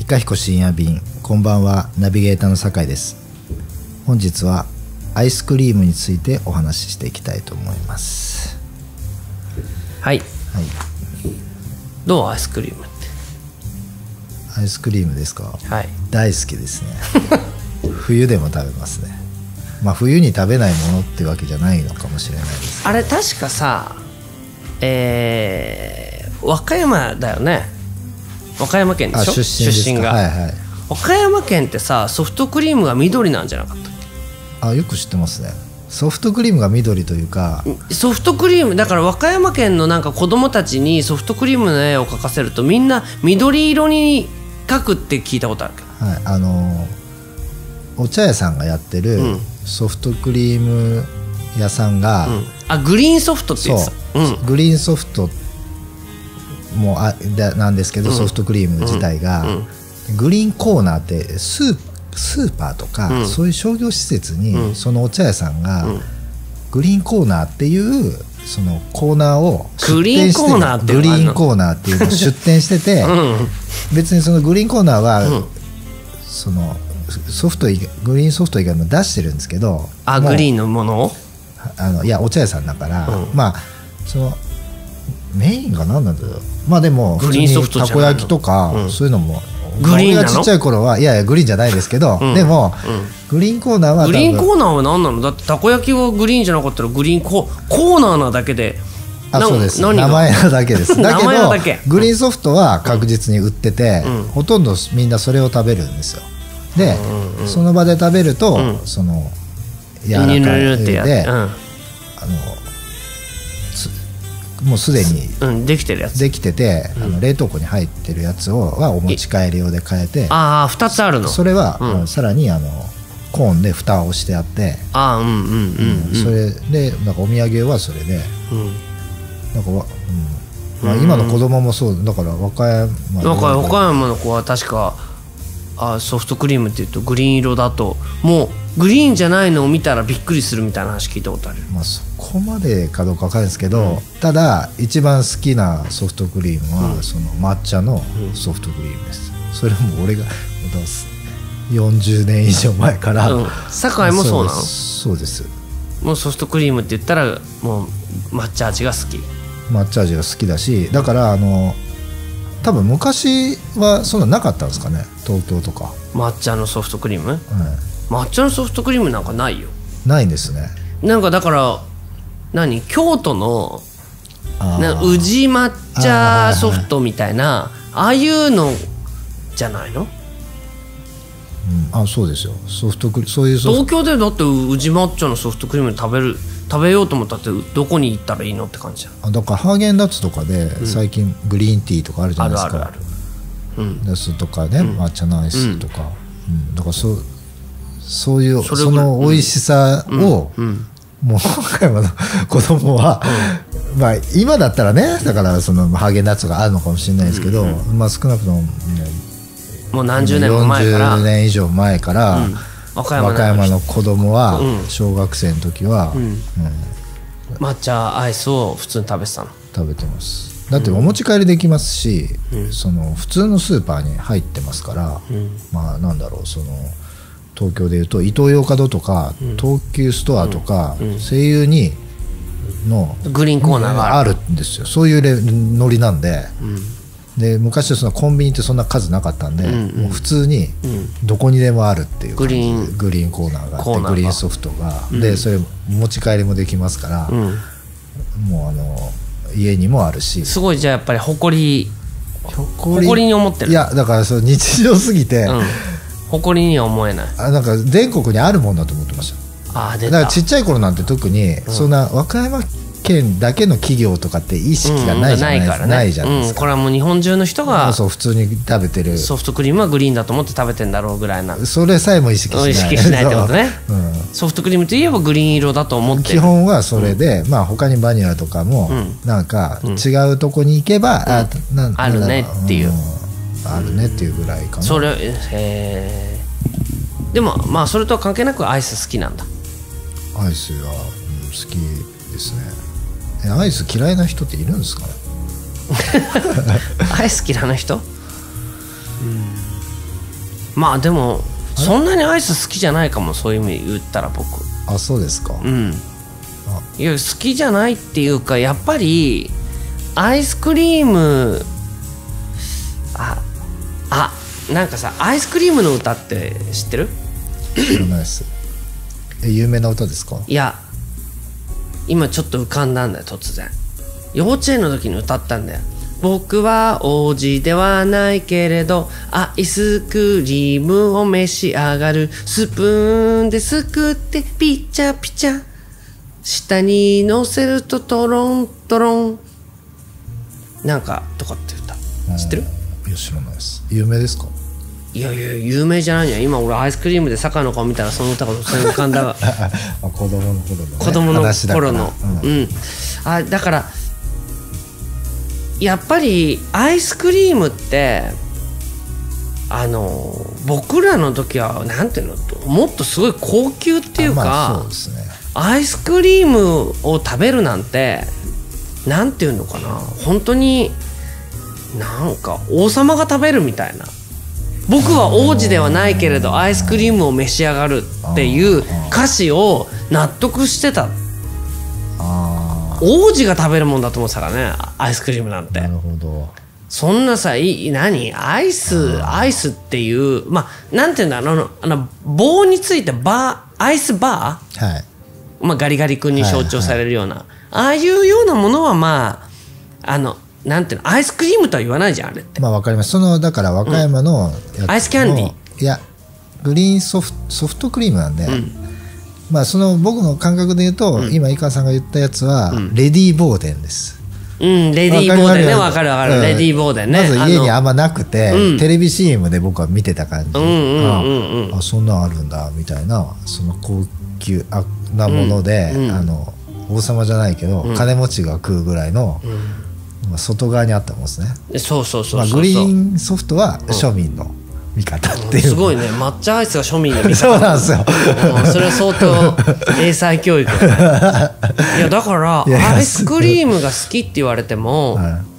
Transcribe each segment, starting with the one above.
ガヒコ深夜便、こんばんは。ナビゲーターの酒井です。本日はアイスクリームについてお話ししていきたいと思います。 はい、 はい、 どうアイスクリームって。 アイスクリームですか。 はい、 大好きですね。冬でも食べますね。まあ冬に食べないものってわけじゃないのかもしれないです。 あれ確かさ、和歌山だよね。和歌山県でしょ。出身が、 はいはい、 和歌山県ってさ、ソフトクリームが緑なんじゃなかったっけ。 あ、よく知ってますね。ソフトクリームが緑というか、 ソフトクリームだから、和歌山県のなんか子供たちにソフトクリームの絵を描かせるとみんな緑色に描くって聞いたことあるけど、 はい、お茶屋さんがやってるソフトクリーム屋さんが、 あ、グリーンソフトって言ってた。 グリーンソフトもなんですけど、ソフトクリーム自体が、グリーンコーナーってスーパーとか、そういう商業施設に、そのお茶屋さんが、グリーンコーナーっていうそのコーナーを出店して、グリーンコーナーっていうのを出店してて、別にそのグリーンコーナーは、そのグリーンソフト以外も出してるんですけど、 グリーンのものをいやお茶屋さんだから、まあそのメインが何なんだろう。まあでも普通にたこ焼きとか、そういうのもグリーンなの。 俺がちっちゃい頃は、いやいやグリーンじゃないですけど、でも、グリーンコーナーはグリーンコーナーは何なの。だってたこ焼きはグリーンじゃなかったらグリーンコーナーなだけで、 そうです、名前なだけです。だけどグリーンソフトは確実に売ってて、ほとんどみんなそれを食べるんですよ。で、その場で食べると、その柔らかいで、もうすでにできてるやつできてて、冷凍庫に入ってるやつはお持ち帰り用で買えて、 2つあるの。それは、さらにコーンで蓋をしてあって、それでなんかお土産はそれで、なんかまあ、今の子供もそうだから、和歌山の子は確かソフトクリームっていうとグリーン色だと、もうグリーンじゃないのを見たらびっくりするみたいな話聞いたことある。 まあ、そこまでかどうか分かるんですけど、ただ一番好きなソフトクリームは、その抹茶のソフトクリームです。それも俺が40年以上前から、 酒井もそうなの。 そうです。 もうソフトクリームって言ったらもう抹茶味が好き。 抹茶味が好きだし、だから多分昔はそんななかったんですかね、東京とか。 抹茶のソフトクリーム、抹茶のソフトクリームなんかないよ。 ないんですね。 なんかだから京都の宇治抹茶ソフトみたいな、ああいうのじゃないの。 そうですよ。そういう東京でだって宇治抹茶のソフトクリーム食べようと思ったってどこに行ったらいいのって感じじゃん。 だからハーゲンダッツとかで最近グリーンティーとかあるじゃないですか。ダスとかね、抹茶のアイスとか、だからそういうその美味しさを、もう和歌山の子供は、まあ今だったらね、だからそのハーゲンダッツがあるのかもしれないですけど、まあ少なくとももう何十年も前から 40年以上前から、和歌山の子供は小学生の時は、 抹茶アイスを普通に食べてたの。 食べてます。だってお持ち帰りできますし、その普通のスーパーに入ってますから、まあなんだろう、その東京でいうとイトーヨーカドーとか、東急ストアとか、西友にのグリーンコーナーがあるんですよ。そういうノリなんで。で昔はそのコンビニってそんな数なかったんで、もう普通にどこにでもあるっていう感じで、グリーンコーナーがあって、グリーンソフトが、でそれ持ち帰りもできますから、もう家にもあるし。 すごい。じゃあやっぱり誇りに思ってる。 いやだからそう日常すぎて、 誇りには思えない。 なんか全国にあるもんだと思ってました。だからちっちゃい頃なんて特に、そんな和歌山県だけの企業とかって意識がないじゃないですか。ないじゃないですか。 これはもう日本中の人が普通に食べてるソフトクリームはグリーンだと思って食べてんだろうぐらいな。 それさえも意識しないってことね。ソフトクリームといえばグリーン色だと思ってる。 基本はそれで、まあ他にバニラとかもなんか違うとこに行けば、 あるねっていう、 あるねっていうぐらいかな。 それでもまあそれとは関係なくアイス好きなんだ。 アイスは、好きですね。アイス嫌いな人っているんですかね。 アイス嫌いな人、 まあでもそんなにアイス好きじゃないかも、そういう意味言ったら僕。 あ、そうですか。 いや好きじゃないっていうか、やっぱりアイスクリームなんかさ、アイスクリームの歌って知ってる？ 知らないです。有名な歌ですか？ いや今ちょっと浮かんだんだよ、突然。幼稚園の時に歌ったんだよ。僕は王子ではないけれどアイスクリームを召し上がる、スプーンですくってピチャピチャ、下に乗せるとトロントロンなんかとかって歌知ってる？ いや知らないです。有名ですか？ いやいや有名じゃないんや。今俺アイスクリームで酒井の顔見たらその歌が突然浮かんだが子供の頃の、ね、 子供の頃のだからやっぱりアイスクリームって僕らの時はなんていうの、もっとすごい高級っていうか、 そうですね、 アイスクリームを食べるなんてなんていうのかな、本当になんか王様が食べるみたいな。僕は王子ではないけれどアイスクリームを召し上がるっていう歌詞を納得してた。王子が食べるもんだと思ってたからね、アイスクリームなんて。 なるほど。 そんなさ、何アイスっていう、まあなんていうんだろう、棒についてアイスバー、 はい、 まあ、ガリガリ君に象徴されるような、ああいうようなものはまあなんていうの、アイスクリームとは言わないじゃん、あれって。 まあわかります。だから和歌山のやつアイスキャンディー、 いやグリーンソフトクリームなんで、まあ僕の感覚で言うと、今井川さんが言ったやつは、レディーボーデンです。 レディーボーデンね、わかるわかる、レディーボーデンね。 まず家にあんまなくて、テレビ CM で僕は見てた感じ、あそんなんあるんだみたいな、その高級なもので、王様じゃないけど、金持ちが食うぐらいの、外側にあったもんですね。 そうグリーンソフトは庶民の味方っていう、 すごいね、抹茶アイスが庶民の味方そうなんですよ、 それは相当英才教育だね。いやだからアイスクリームが好きって言われても、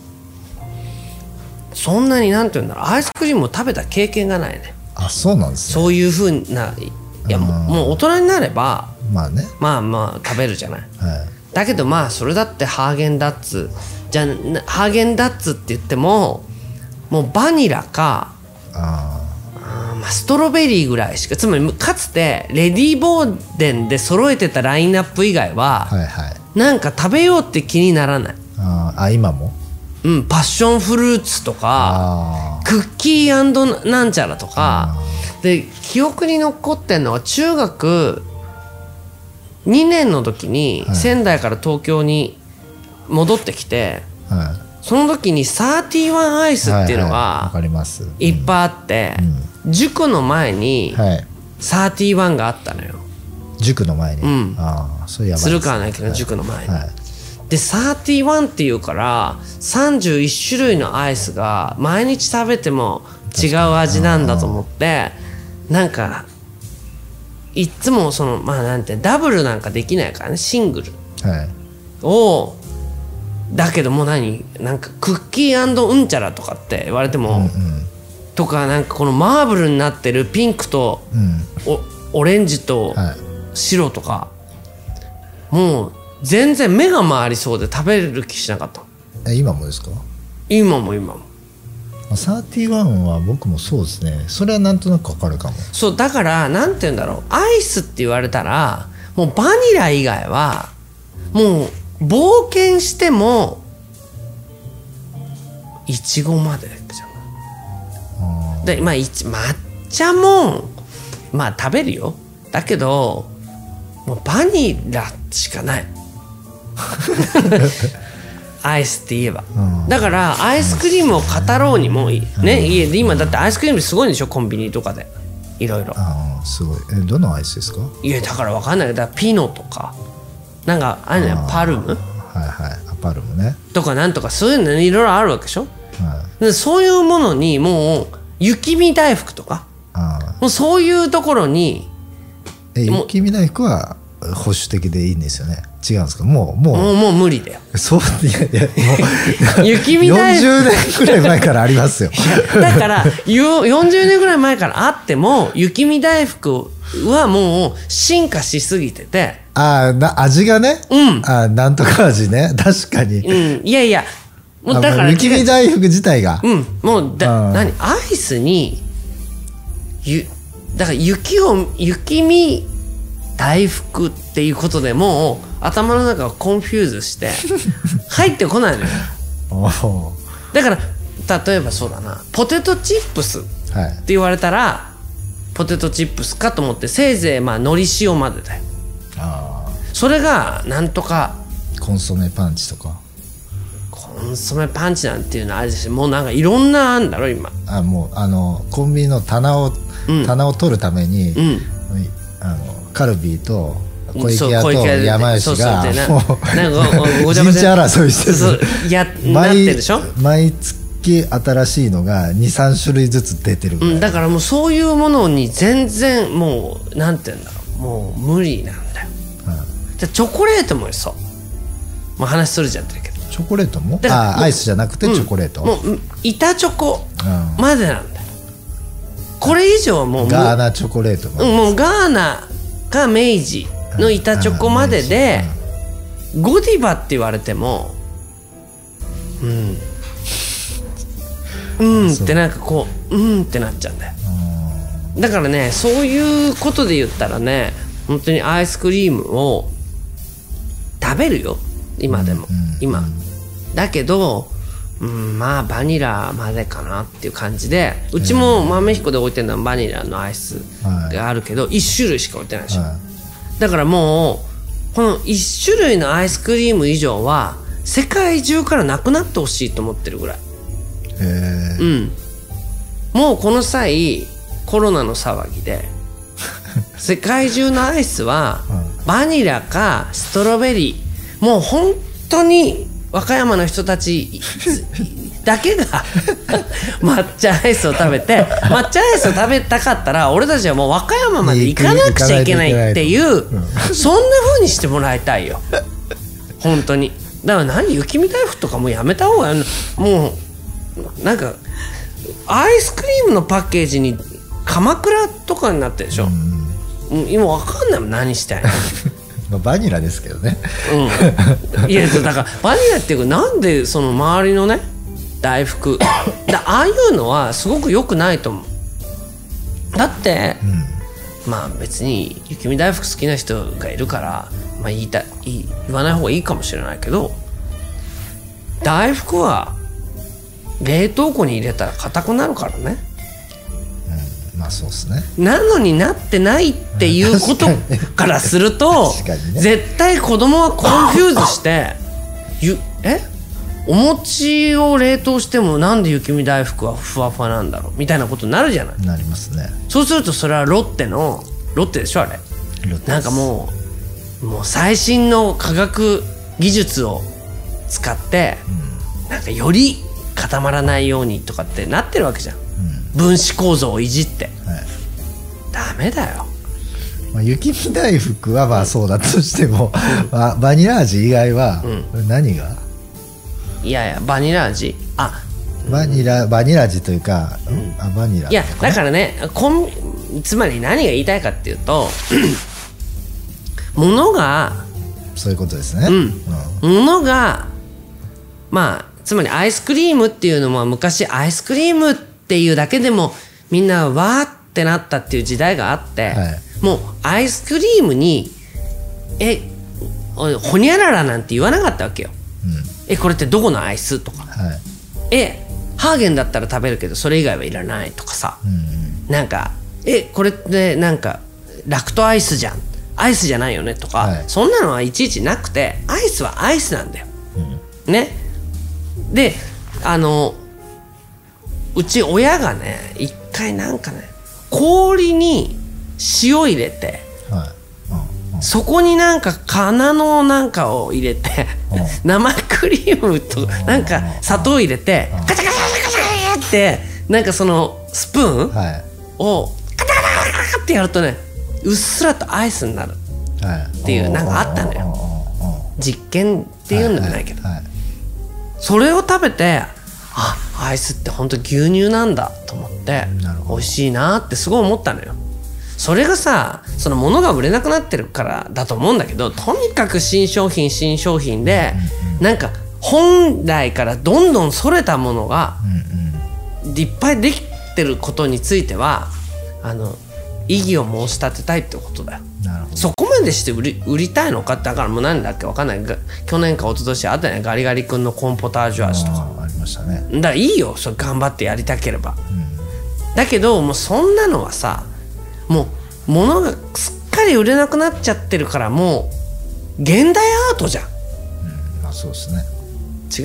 そんなになんて言うんだろう、アイスクリームを食べた経験がないね。 あ、そうなんですね。 そういうふうな、いやもう大人になればまあね、 まあ食べるじゃない、だけどまあそれだってハーゲンダッツじゃ、ハーゲンダッツって言ってももうバニラかストロベリーぐらいしか、つまりかつてレディーボーデンで揃えてたラインナップ以外は、なんか食べようって気にならない。 今もパッションフルーツとかクッキー&なんちゃらとかで、記憶に残ってんのは中学2年の時に仙台から東京に戻ってきて、その時に31アイスっていうのがいっぱいあって、塾の前に31があったのよ。 塾の前に、それやばいです。 鶴川の駅の塾の前に、で31っていうから31種類のアイスが毎日食べても違う味なんだと思って、なんかいつもまあなんてダブルなんかできないからね、シングルを、だけどもなんかクッキー&うんちゃらとかって言われても、とかなんかこのマーブルになってるピンクと、オレンジと白とか、もう全然目が回りそうで食べれる気しなかった。 今もですか？ 今も 31は僕もそうですね。それはなんとなくわかるかも。 そうだからなんて言うんだろう、アイスって言われたらもうバニラ以外はもう冒険してもいちごまでじゃん。でまあ抹茶もまあ食べるよ。だけどもうバニラしかないアイスって言えば、だからアイスクリームを語ろうにもね、今だってアイスクリームすごいんでしょ、コンビニとかでいろいろ。 すごい。どのアイスですか？ いやだから分かんないけど、ピノとかなんかあれね、パルムパルムねとかなんとかそういうのいろいろあるわけでしょ、でそういうものにもう雪見大福とかもうそういうところに、 雪見大福は保守的でいいんですよね。 違うんですか？もう無理だよ。 そういやもう雪見大福 40年くらい前からありますよ。 だから40年ぐらい前からあっても雪見大福はもう進化しすぎてて、 味がね、なんとか味ね、確かに、 いやいや、もうだから雪見大福自体が、 もうアイスにだから雪見大福っていうことでもう頭の中がコンフューズして入ってこないのよ。だから例えばそうだな、ポテトチップスって言われたら、ポテトチップスかと思ってせいぜい海苔塩までだよ。それがなんとかコンソメパンチとか、 コンソメパンチなんていうのあれですし、もうなんかいろんなあんだろ今。 もうコンビニの棚を取るために、カルビーと小池屋と山吉がもう陣地争いしてる。 なってるでしょ。 毎月新しいのが 2,3 種類ずつ出てるぐらい、 だからもうそういうものに全然もうなんていうんだろう、もう無理なんだよ。じゃチョコレートもそう、もう話するじゃんってるけど、 チョコレートもアイスじゃなくてチョコレート、 もう板チョコまでなんだよ。これ以上はもうガーナチョコレートもうガーナか明治の板チョコまでで、ゴディバって言われてもってなんかこうってなっちゃうんだよ。だからね、そういうことで言ったらね、本当にアイスクリームを食べるよ今でも、今だけど、バニラまでかなっていう感じで、うちも豆彦で置いてるのはバニラのアイスがあるけど、1種類しか置いてないでしょ。だからもうこの1種類のアイスクリーム以上は世界中からなくなってほしいと思ってるぐらい。もうこの際コロナの騒ぎで世界中のアイスはバニラかストロベリー、もう本当に和歌山の人たちだけが抹茶アイスを食べて、抹茶アイスを食べたかったら俺たちはもう和歌山まで行かなくちゃいけないっていう、そんな風にしてもらいたいよ本当に。だから雪見大福とかもうやめた方が、もうなんかアイスクリームのパッケージに鎌倉とかになってるでしょ。今わかんないもん、何したいのバニラですけどね。 いやだからバニラっていうか、なんでその周りのね大福ああいうのはすごく良くないと思う。だって、別に雪見大福好きな人がいるから、言わない方がいいかもしれないけど、大福は冷凍庫に入れたら硬くなるからね。 そうですね。 なのになってないっていうことからすると、絶対子供はコンフューズしてお餅を冷凍してもなんで雪見大福はふわふわなんだろうみたいなことになるじゃない。 なりますね。 そうするとそれはロッテでしょあれ。なんかもう最新の科学技術を使って、なんかより固まらないようにとかってなってるわけじゃん、分子構造をいじって、ダメだよ。 雪見大福はそうだとしても、バニラ味以外は何が、 いやバニラ味、 バニラ味というか、バニラ、 いやだからね、つまり何が言いたいかっていうと物がそういうことですね。 物がつまりアイスクリームっていうのも、昔アイスクリームっていうだけでもみんなわーってなったっていう時代があって、もうアイスクリームにほにゃららなんて言わなかったわけよ。これってどこのアイスとか、ハーゲンだったら食べるけどそれ以外はいらないとかさ、なんかこれってなんかラクトアイスじゃん、アイスじゃないよねとか、そんなのはいちいちなくて、アイスはアイスなんだよ、ね。でうち親がね一回なんかね、氷に塩入れて、そこになんか粉のなんかを入れて生クリームとなんか砂糖入れてカチャカチャカチャカチャってなんかそのスプーンをカチャカチャカチャってやるとね、うっすらとアイスになるっていうなんかあったのよ。 実験っていうんでもないけど、 はいはいはい、 それを食べてアイスって本当牛乳なんだと思って美味しいなってすごい思ったのよ。それがさその物が売れなくなってるからだと思うんだけど、とにかく新商品で、なんか本来からどんどんそれたものがいっぱいできてることについては異議を申し立てたいってことだよ。 なるほど。 そこまでして売りたいのかって。だからもう何だっけ分かんない。去年か一昨年あったね、ガリガリ君のコーンポタージュ味とか。 ありましたね。 だからいいよそれ頑張ってやりたければ、だけどもうそんなのはさもう物がすっかり売れなくなっちゃってるから、もう現代アートじゃん。 まあそうですね。 違う、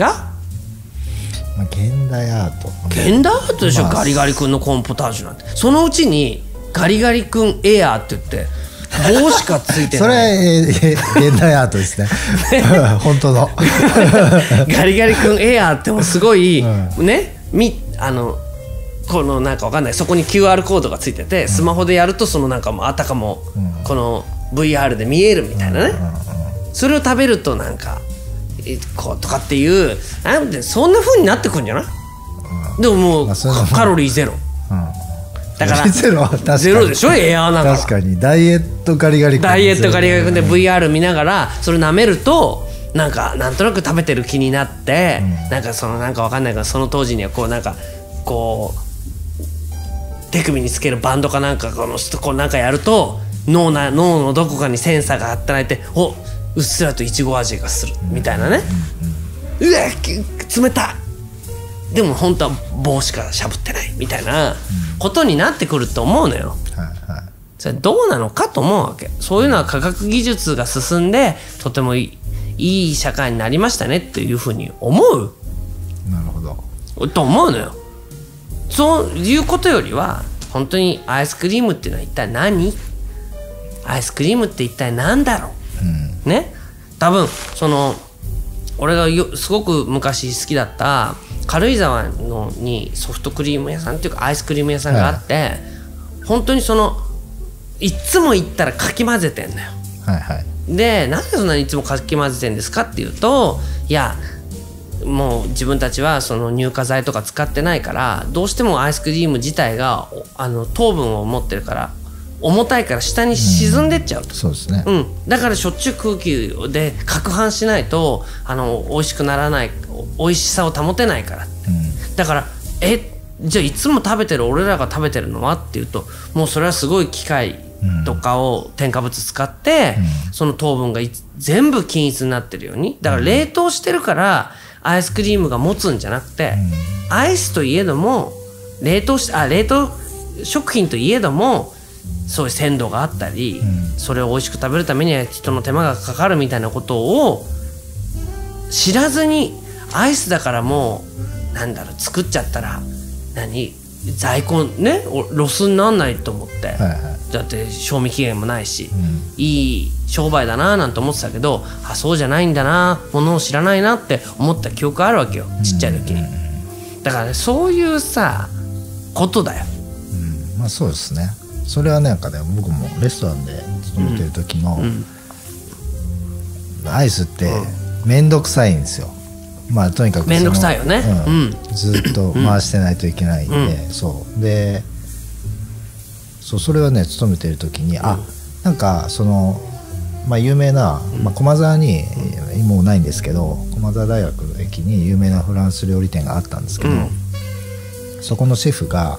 現代アート現代アートでしょ、ガリガリ君のコーンポタージュなんて。そのうちにガリガリ君エアーって言って棒しかついてないそれ現代アートですね本当のガリガリ君エアーってもすごい、ねこのなんかわかんない、そこに QR コードがついてて、スマホでやるとそのなんかもあたかもこの VR で見えるみたいなね、それを食べるとなんかこうとかっていうなんでそんな風になってくるんじゃない、でももうカロリーゼロ、だからゼロ確かにゼロでしょ、エアーなんか確かにダイエットガリガリ君ダイエットガリガリ君で VR 見ながらそれ舐めるとなんとなく食べてる気になって、なんかそのなんかわかんないけど、その当時にはこうなんかこう手首につけるバンドかなんかこうなんかやると脳のどこかにセンサーが働いてうっすらといちご味がするみたいなね、うわ冷たいでも本当は棒しかしゃぶってないみたいなことになってくると思うのよ。それどうなのかと思うわけ。そういうのは科学技術が進んでとてもいい社会になりましたねっていうふうに思う。 なるほどと思うのよ。そういうことよりは本当にアイスクリームっていうのは一体何？アイスクリームって一体何だろう、ね、多分その俺がすごく昔好きだった軽井沢にソフトクリーム屋さんっていうかアイスクリーム屋さんがあって、本当にそのいつも行ったらかき混ぜてんのよ。でなんでそんなにいつもかき混ぜてんですかっていうと、いやもう自分たちはその乳化剤とか使ってないからどうしてもアイスクリーム自体が糖分を持ってるから重たいから下に沈んでっちゃうと、 そうですね、 だからしょっちゅう空気で攪拌しないと美味しくならない、美味しさを保てないからって、だからじゃあいつも食べてる俺らが食べてるのはっていうと、もうそれはすごい機械とかを添加物使って、その糖分が全部均一になってるように、だから冷凍してるからアイスクリームが持つんじゃなくて、アイスといえども冷凍食品といえどもそういう鮮度があったり、それを美味しく食べるためには人の手間がかかるみたいなことを知らずにアイスだからもう作っちゃったら在庫ねロスにならないと思って、だって賞味期限もないし、いい商売だななんて思ってたけど、そうじゃないんだな、ものを知らないなって思った記憶あるわけよ、ちっちゃい時に。だから、ね、そういうさことだよ。 まあそうですね。それはなんかね、僕もレストランで勤めてる時の、アイスって面倒くさいんですよ。まあとにかく面倒くさいよね、 ずっと回してないといけないんで、そうでそれはね勤めてる時になんかその有名な、駒沢にもうないんですけど、駒沢大学の駅に有名なフランス料理店があったんですけど、そこのシェフが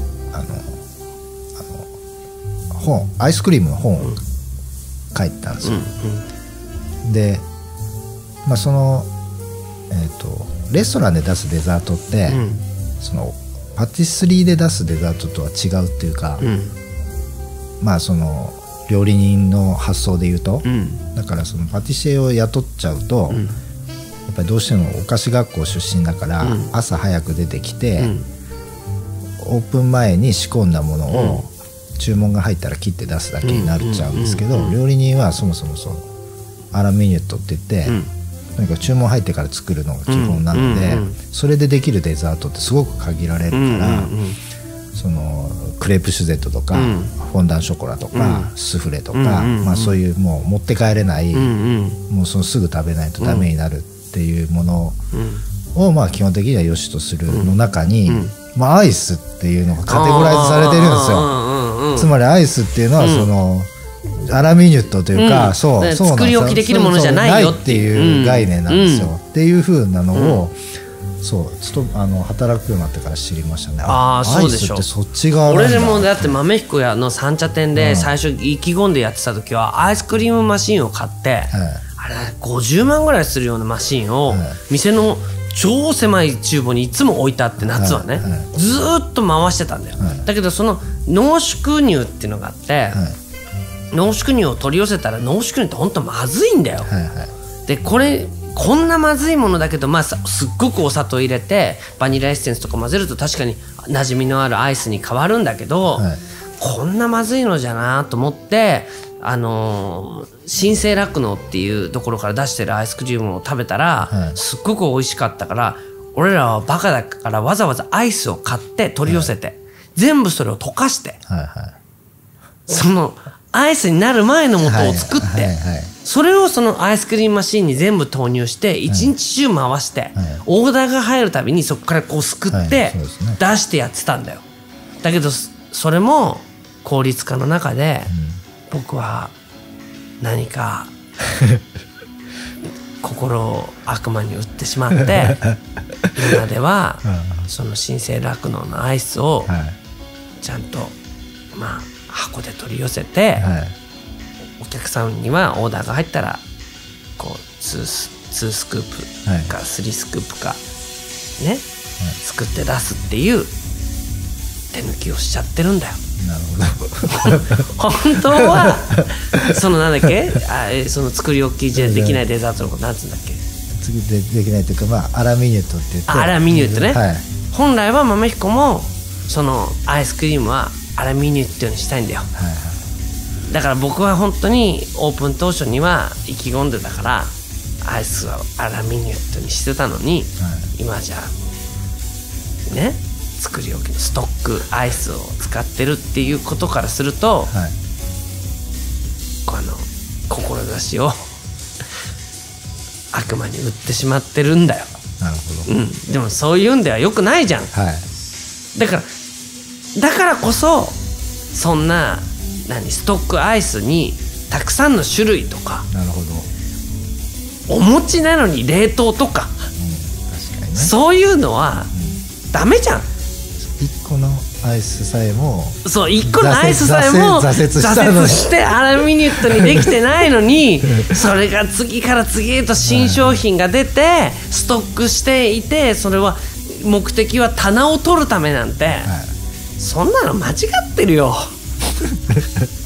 アイスクリームの本を書いてたんですよ。でそのレストランで出すデザートって、そのパティスリーで出すデザートとは違うっていうか、その料理人の発想で言うと、だからそのパティシエを雇っちゃうと、やっぱりどうしてもお菓子学校出身だから、朝早く出てきて、オープン前に仕込んだものを、注文が入ったら切って出すだけになっちゃうんですけど、料理人はそもそもアラメニュットって言って、とにかく注文入ってから作るのが基本なので、それでできるデザートってすごく限られるから、 そのクレープシュゼットとか、フォンダンショコラとか、スフレとか、まあ、そういうもう持って帰れない、もうそのすぐ食べないとダメになるっていうものを、まあ基本的には良しとするの中に、まあ、アイスっていうのがカテゴライズされてるんですよ。つまりアイスっていうのはその、アラミニュットというか、そう作り置きできるものじゃないよっていう概念なんですよ。っていう風なのを、働くようになってから知りましたね。 そうでしょ。 アイスってそっち側なんだ。 俺でもだって豆彦屋の三茶店で最初意気込んでやってた時はアイスクリームマシンを買って、あれ50万ぐらいするようなマシンを店の超狭い厨房にいつも置いてあって、夏はね、ずーっと回してたんだよ。だけどその濃縮乳っていうのがあって、濃縮乳を取り寄せたら濃縮乳ってほんとまずいんだよ。でこんなまずいものだけど、まあ、すっごくお砂糖入れてバニラエッセンスとか混ぜると確かに馴染みのあるアイスに変わるんだけど、こんなまずいのじゃなと思って、新生酪農っていうところから出してるアイスクリームを食べたら、すっごく美味しかったから、俺らはバカだからわざわざアイスを買って取り寄せて、全部それを溶かして、そのアイスになる前の素を作って、それをそのアイスクリームマシンに全部投入して一日中回して、オーダーが入るたびにそこからこうすくって出してやってたんだよ。だけどそれも効率化の中で、僕は何か心を悪魔に売ってしまって、今ではその新生酪農のアイスをちゃんとまあ箱で取り寄せて、お客さんにはオーダーが入ったらこう2スクープか3スクープかね、作って出すっていう手抜きをしちゃってるんだよ。 なるほど。 本当はそのなんだっけ、その作り置きじゃできないデザートのことなんつうんだっけ。 できないというか、まあアラミニュットって言って。 アラミニュットね。本来は豆彦もそのアイスクリームはアラミニュットにしたいんだよ。だから僕は本当にオープン当初には意気込んでたからアイスはアラミニュットにしてたのに、今じゃね、作り置きのストックアイスを使ってるっていうことからすると、志を悪魔に売ってしまってるんだよ。 なるほど。 でもそういうんではよくないじゃん。だからこそそんなストックアイスにたくさんの種類とか、 なるほど、 お餅なのに冷凍とか、 確かにね、 そういうのはダメじゃん。 1個のアイスさえも、 そう1個のアイスさえも挫折してアラミニュットにできてないのにそれが次から次へと新商品が出てストックしていて、それは目的は棚を取るためなんて、そんなの間違ってるよ。